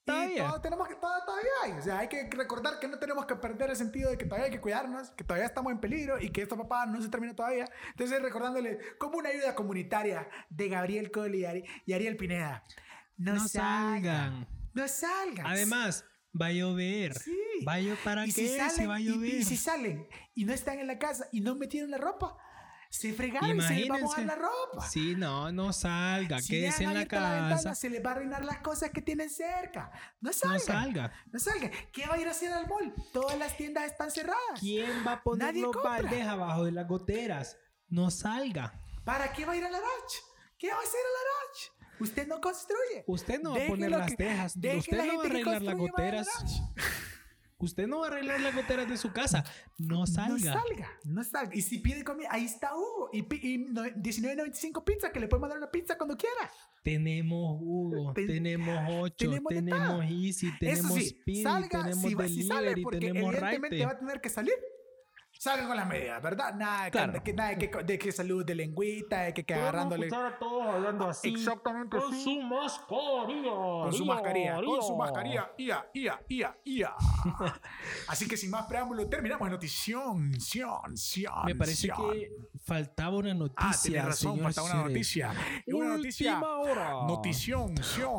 Y todavía hay. O sea, hay que recordar que no tenemos que perder el sentido de que todavía hay que cuidarnos, que todavía estamos en peligro y que esta papá no se terminó todavía. Entonces, recordándole como una ayuda comunitaria de Gabriel Cole y Ariel Pineda. No salgan. No salgan. Además, va a llover. Sí. ¿Va a llover para qué? Si va a llover. Y si salen y no están en la casa y no metieron la ropa, se fregaron y se les va a mojar la ropa. Sí, no salga. Si quédese en la casa. Ventana, se les va a arruinar las cosas que tienen cerca. No salga. ¿Qué va a ir a hacer al mall? Todas las tiendas están cerradas. ¿Quién va a poner los baldes abajo de las goteras? No salga. ¿Para qué va a ir a la ranch? ¿Qué va a hacer a la ranch? Usted no construye. Usted no va a poner las tejas. Usted no va a arreglar las goteras. Usted no va a arreglar las goteras de su casa. No salga. No salga. Y si pide comida, ahí está Hugo. Y $19.95 pizza, que le puede mandar una pizza cuando quiera. Tenemos Hugo, tenemos 8, tenemos Easy, tenemos Speedy, tenemos Delivery, tenemos Ride. Evidentemente va a tener que salir. Salgan con las medidas, ¿verdad? Nada de que salud de lengüita, de que agarrándole. A todos hablando así. Exactamente. Con su mascarilla. Con su mascarilla. Ia. Así que sin más preámbulo, terminamos la notición. Me parece que faltaba una noticia. Tienes razón, faltaba una noticia. Una noticia. Hora. Notición.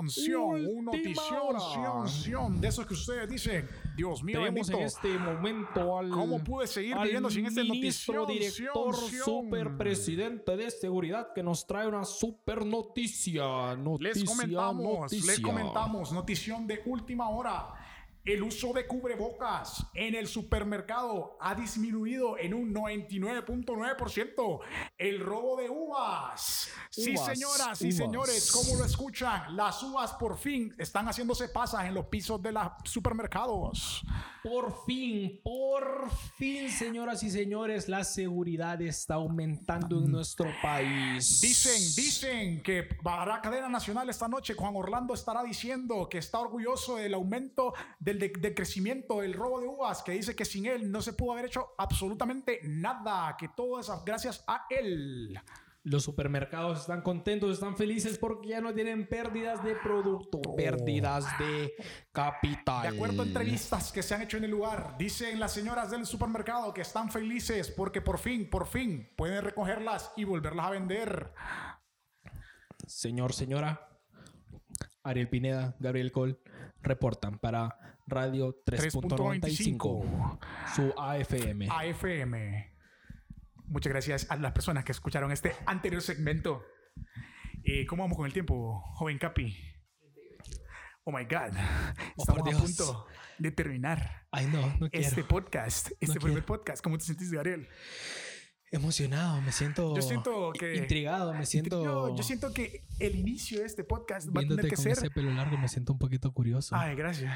De esos que ustedes dicen, Dios mío, tenemos en este momento al... ¿Cómo pude seguir viviendo sin esta notición? Director, superpresidente de seguridad, que nos trae una super noticia. Les comentamos, notición de última hora. El uso de cubrebocas en el supermercado ha disminuido en un 99.9%. El robo de uvas. Sí, señoras y señores, ¿cómo lo escuchan? Las uvas por fin están haciéndose pasas en los pisos de los supermercados. Por fin, señoras y señores, la seguridad está aumentando en nuestro país. Dicen que para cadena nacional esta noche Juan Orlando estará diciendo que está orgulloso del aumento del crecimiento del robo de uvas, que dice que sin él no se pudo haber hecho absolutamente nada, que todo es gracias a él. Los supermercados están contentos, están felices porque ya no tienen pérdidas de producto, pérdidas de capital. De acuerdo a entrevistas que se han hecho en el lugar, dicen las señoras del supermercado que están felices porque por fin pueden recogerlas y volverlas a vender. Señora, Ariel Pineda, Gabriel Cole reportan para Radio 3.95, su AFM. Muchas gracias a las personas que escucharon este anterior segmento. ¿Cómo vamos con el tiempo, joven Capi? Oh my God. Estamos a punto de terminar. Ay, no quiero. Este podcast, primer podcast. ¿Cómo te sentís, Gabriel? Emocionado, me siento. Yo siento que. Intrigado, me siento. Yo siento que el inicio de este podcast va a tener que con ser. Ese pelo largo, me siento un poquito curioso. Ay, gracias.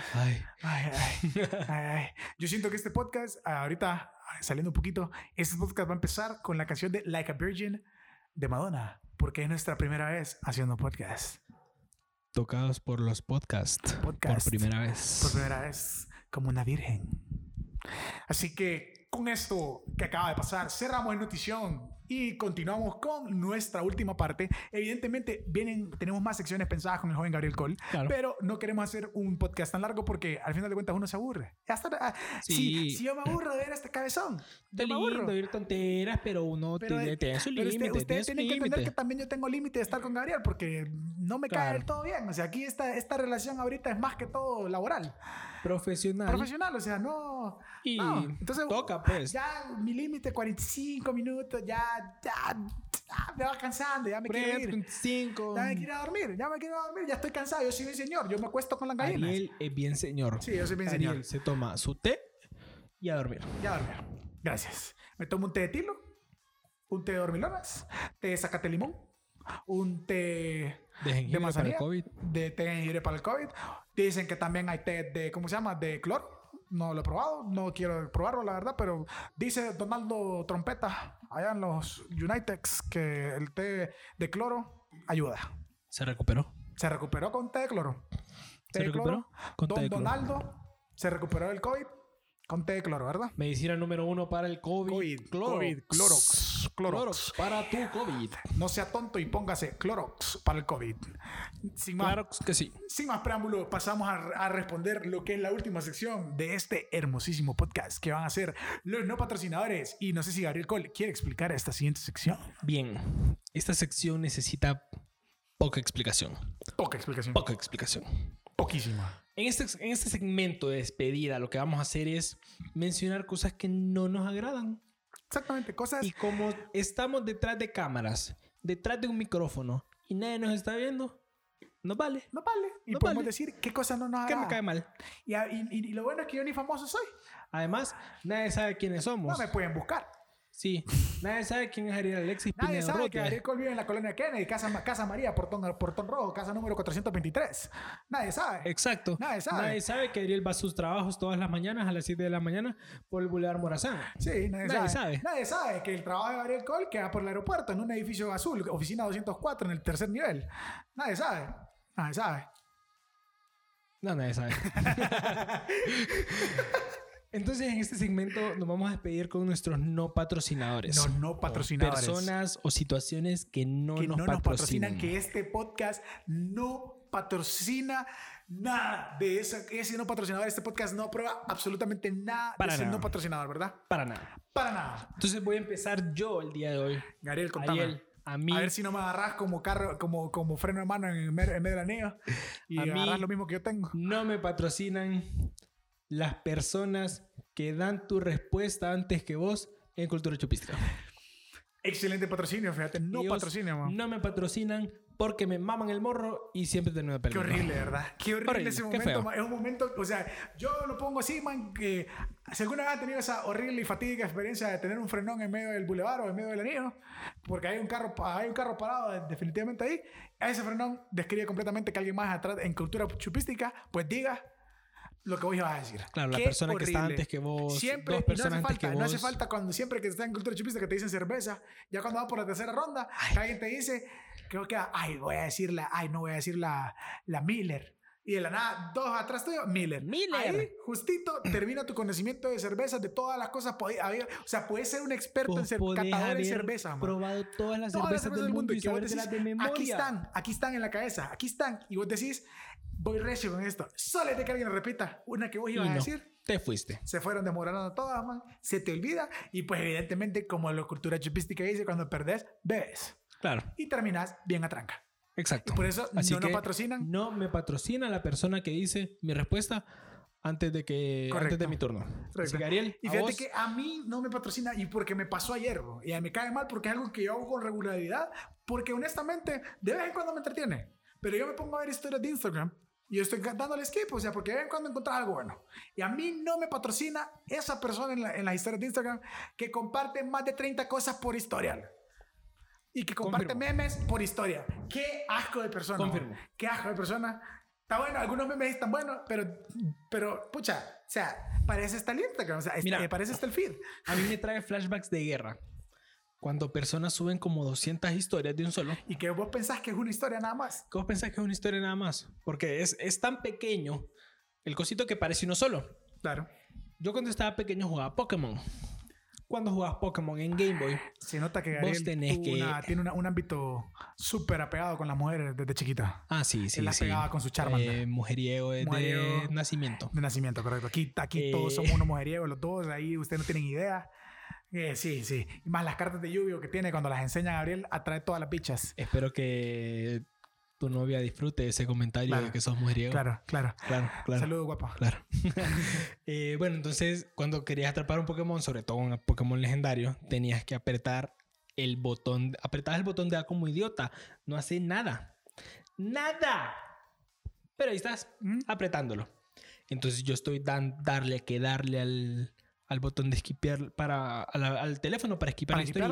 Ay. Yo siento que este podcast, ahorita saliendo un poquito, este podcast va a empezar con la canción de Like a Virgin de Madonna, porque es nuestra primera vez haciendo podcast. Tocados por los podcasts. Por primera vez. Por primera vez, como una virgen. Así que con esto que acaba de pasar, cerramos el notición y continuamos con nuestra última parte. Evidentemente tenemos más secciones pensadas con el joven Gabriel Cole, claro, pero no queremos hacer un podcast tan largo porque al final de cuentas uno se aburre. Si yo me aburro de ver a este cabezón, de lindo oír tonteras, pero uno tiene su límite. Ustedes tienen que entender que también yo tengo límite de estar con Gabriel porque no me cae del todo bien. O sea, aquí esta relación ahorita es más que todo laboral. Profesional, o sea, no. Y no. Entonces, toca, pues. Ya mi límite 45 minutos, ya me va cansando, ya me quiero ir. 25. Ya me quiero dormir, ya estoy cansado, yo soy bien señor, yo me acuesto con las gallinas. Ariel es bien señor. Sí, yo soy bien Ariel señor. Se toma su té y a dormir. Gracias. Me tomo un té de tilo, un té de dormilonas, té de zacate limón, un té de jengibre manzanilla, para el COVID. De té de jengibre para el COVID. Dicen que también hay té de, ¿cómo se llama? De cloro. No lo he probado, no quiero probarlo, la verdad, pero dice Donaldo Trompeta allá en los Unitex que el té de cloro ayuda. ¿Se recuperó? Se recuperó con té de cloro. ¿Se recuperó con té de cloro? Donaldo se recuperó del COVID Con té de cloro, ¿verdad? Medicina número 1 para el COVID. Clorox. Clorox para tu COVID. No sea tonto y póngase Clorox para el COVID. Clorox que sí. Sin más preámbulo, pasamos a responder lo que es la última sección de este hermosísimo podcast, que van a ser los no patrocinadores. Y no sé si Gabriel Cole quiere explicar esta siguiente sección. Bien, esta sección necesita poca explicación. Poquísima. En este segmento de despedida, lo que vamos a hacer es mencionar cosas que no nos agradan. Exactamente, cosas. Y como estamos detrás de cámaras, detrás de un micrófono y nadie nos está viendo, nos vale. Y podemos decir qué cosas no nos agradan. ¿Qué me cae mal? Y lo bueno es que yo ni famoso soy. Además, nadie sabe quiénes somos. No me pueden buscar. Sí, nadie sabe quién es Ariel Alexis Pinedo. Nadie sabe que Gabriel Cole vive en la colonia Kennedy, Casa María, Portón Rojo, casa número 423. Nadie sabe. Exacto. Nadie sabe que Ariel va a sus trabajos todas las mañanas a las 7 de la mañana por el Boulevard Morazán. Sí, nadie sabe. Nadie sabe que el trabajo de Gabriel Cole queda por el aeropuerto en un edificio azul, oficina 204 en el tercer nivel. Nadie sabe. No, nadie sabe. Entonces, en este segmento nos vamos a despedir con nuestros no patrocinadores. No patrocinadores. Personas o situaciones que no nos patrocinan. Que este podcast no patrocina nada de eso. Ese no patrocinador, este podcast no aprueba absolutamente nada de ese no patrocinador, ¿verdad? Para nada. Entonces voy a empezar yo el día de hoy. Gabriel, contame. Ariel, a mí. A ver si no me agarras como carro, como freno de mano en medio del anillo. Y agarras lo mismo que yo tengo. No me patrocinan las personas que dan tu respuesta antes que vos en Cultura Chupística. Excelente patrocinio, fíjate. No patrocinan. No me patrocinan porque me maman el morro y siempre termino peleando. Qué horrible, ¿verdad? Qué horrible ese momento, man. Es un momento, o sea, yo lo pongo así, man, que si alguna vez han tenido esa horrible y fatídica experiencia de tener un frenón en medio del bulevar o en medio del anillo, porque hay un carro parado definitivamente ahí, a ese frenón describe completamente que alguien más atrás en Cultura Chupística, pues diga lo que vos ibas a decir. Claro, la persona horrible. Que está antes que vos. Siempre, dos personas antes que vos. No hace falta cuando siempre que está en Cultura Chupística que te dicen cerveza. Ya cuando va por la tercera ronda, que alguien te dice, creo que, no voy a decir la Miller. Y de la nada, dos atrás tuyo, Miller. Ahí, justito, termina tu conocimiento de cervezas, de todas las cosas. O sea, puedes ser un experto en catador de cerveza. Has probado todas las cervezas del mundo y saber de las de memoria. Aquí están en la cabeza, aquí están. Y vos decís, voy recio con esto. Solo de que alguien repita una que vos ibas a decir. Te fuiste. Se fueron desmoronando todas, man. Se te olvida. Y pues evidentemente, como la Cultura Chupística dice, cuando perdés, bebes. Claro. Y terminás bien a tranca. Exacto. Y por eso Así no nos patrocinan. No me patrocina la persona que dice mi respuesta antes de mi turno. Así que, Ariel, y fíjate que a mí no me patrocina y porque me pasó ayer, bro. Y me cae mal porque es algo que yo hago con regularidad. Porque honestamente, de vez en cuando me entretiene. Pero yo me pongo a ver historias de Instagram y yo estoy dándole skip, o sea, porque de vez en cuando encuentras algo bueno. Y a mí no me patrocina esa persona en las historias de Instagram que comparte más de 30 cosas por historial. Y que comparte memes por historia. Qué asco de persona. Confirmo. Qué asco de persona. Está bueno, algunos memes están buenos, pero pucha, o sea, parece estar el Instagram, o sea, mira, parece estar el feed. A mí me trae flashbacks de guerra. Cuando personas suben como 200 historias de un solo. Y que vos pensás que es una historia nada más. ¿Qué vos pensás que es una historia nada más? Porque es tan pequeño el cosito que parece uno solo. Claro. Yo cuando estaba pequeño jugaba Pokémon. Cuando jugabas Pokémon en Game Boy, se nota que Gabriel tiene un ámbito súper apegado con las mujeres desde chiquita. Ah, sí. Él las pegaba con su Charmander. Mujeriego de nacimiento. De nacimiento, correcto. Aquí todos somos unos mujeriegos, los dos. Ahí ustedes no tienen idea. Sí. Y más las cartas de Yu-Gi-Oh que tiene cuando las enseña Gabriel, atrae todas las bichas. Espero que tu novia disfrute ese comentario de que sos mujeriego. Claro. Saludos, guapa. Claro. Bueno, entonces, cuando querías atrapar un Pokémon, sobre todo un Pokémon legendario, tenías que apretar el botón. Apretabas el botón de A como idiota. No hace nada. ¡Nada! Pero ahí estás, apretándolo. Entonces, yo estoy darle al botón de skipear al teléfono para skipear la historia.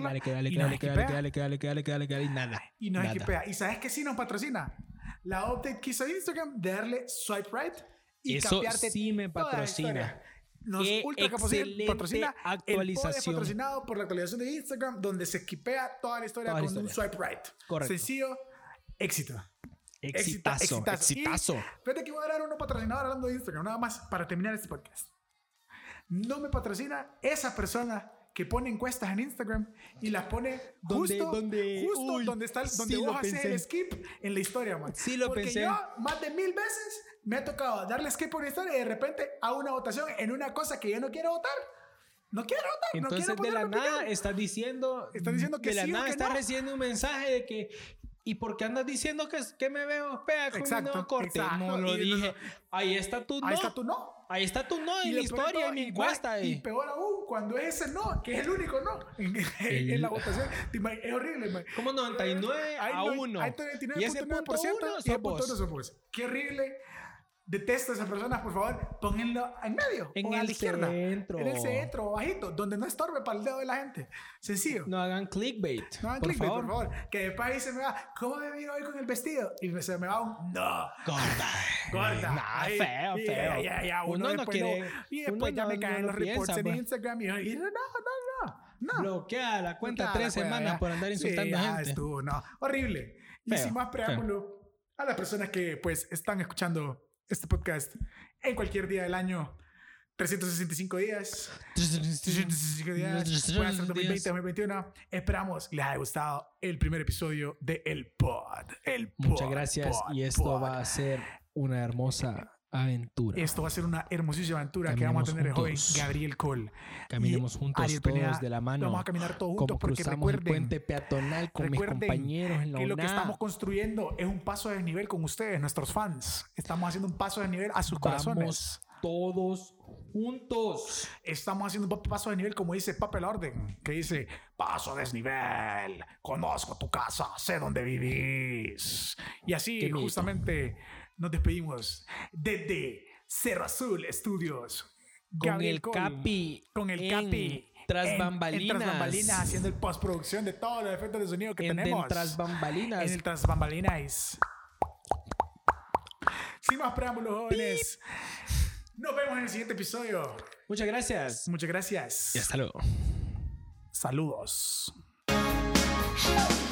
Dale, y nada. Y no skipea. ¿Y sabes qué sí nos patrocina? La update que hizo Instagram de darle swipe right y eso sí me patrocina. Nos ultra patrocina actualización. El patrocinado por la actualización de Instagram donde se skipea toda la historia con un swipe right. Correcto. Sencillo, éxito. Exitazo. Fíjate que voy a dar uno patrocinador hablando de Instagram, nada más para terminar este podcast. no me patrocina esa persona que pone encuestas en Instagram y las pone justo donde vos haces el skip en la historia, man. Sí lo Porque pensé. yo más de 1000 veces me ha tocado darle skip a una historia y de repente hago una votación en una cosa que yo no quiero votar. No quiero votar. Entonces no quiero de la poner mi nada opinión. estás diciendo que de la sí o nada que estás no. recibiendo un mensaje de que ¿y por qué andas diciendo que me veo fea con mi nuevo corte? No lo dije. Ahí está tu no. Ahí está tu no. Ahí está tu no Y en lo mi peor de historia, todo, en mi y encuesta. Y peor aún, cuando es ese no, que es el único no en la votación. Es horrible, man. Como 99 a 1. Hay Y ese 99.9% punto 1 y el punto 1 sos vos. Qué horrible. Detesto a esas personas, por favor, pónganlo en medio En o a el la izquierda. centro. En el centro o bajito, donde no estorbe para el dedo de la gente. Sencillo. No hagan clickbait. No hagan clickbait, por favor. Que después ahí se me va, ¿cómo me miro hoy con el vestido? Y se me va un no. Gorda. Nah, Ahí, feo. Ya, Uno no quiere. Y después uno ya me no caen lo los reports piensa, en pues. Instagram y no. Bloquea la cuenta Bloquea 3 la cuenta, semanas ya. por andar insultando Sí, a ya gente. estuvo, no. Horrible. Y Feo, sin más preámbulo, a las personas que pues están escuchando este podcast en cualquier día del año, 365 días, 365 días, puede ser 2020, 2021. Esperamos les haya gustado el primer episodio de El Pod. Muchas gracias. Y esto va a ser una hermosa aventura. Esto va a ser una hermosísima aventura que Caminemos vamos a tener el joven juntos. Gabriel Cole. Caminemos y juntos Ariel todos Pineda. de la mano. Vamos a caminar todos juntos Como porque cruzamos el recuerden, puente peatonal con mis compañeros en la que lo que UNA. estamos construyendo es un paso de nivel con ustedes, nuestros fans. Estamos haciendo un paso de nivel a sus corazones. Todos juntos. Estamos haciendo un paso de nivel, como dice Papel Orden, que dice: paso desnivel, conozco tu casa, sé dónde vivís. Y así justamente nos despedimos desde Cerro Azul Studios. Con el Capi. Con el Capi. Tras bambalinas. Tras bambalinas, haciendo el postproducción de todos los efectos de sonido que tenemos. Tras bambalinas. En el Tras bambalinas. Sin más preámbulos, jóvenes. Nos vemos en el siguiente episodio. Muchas gracias. Muchas gracias. Y hasta luego. Saludos.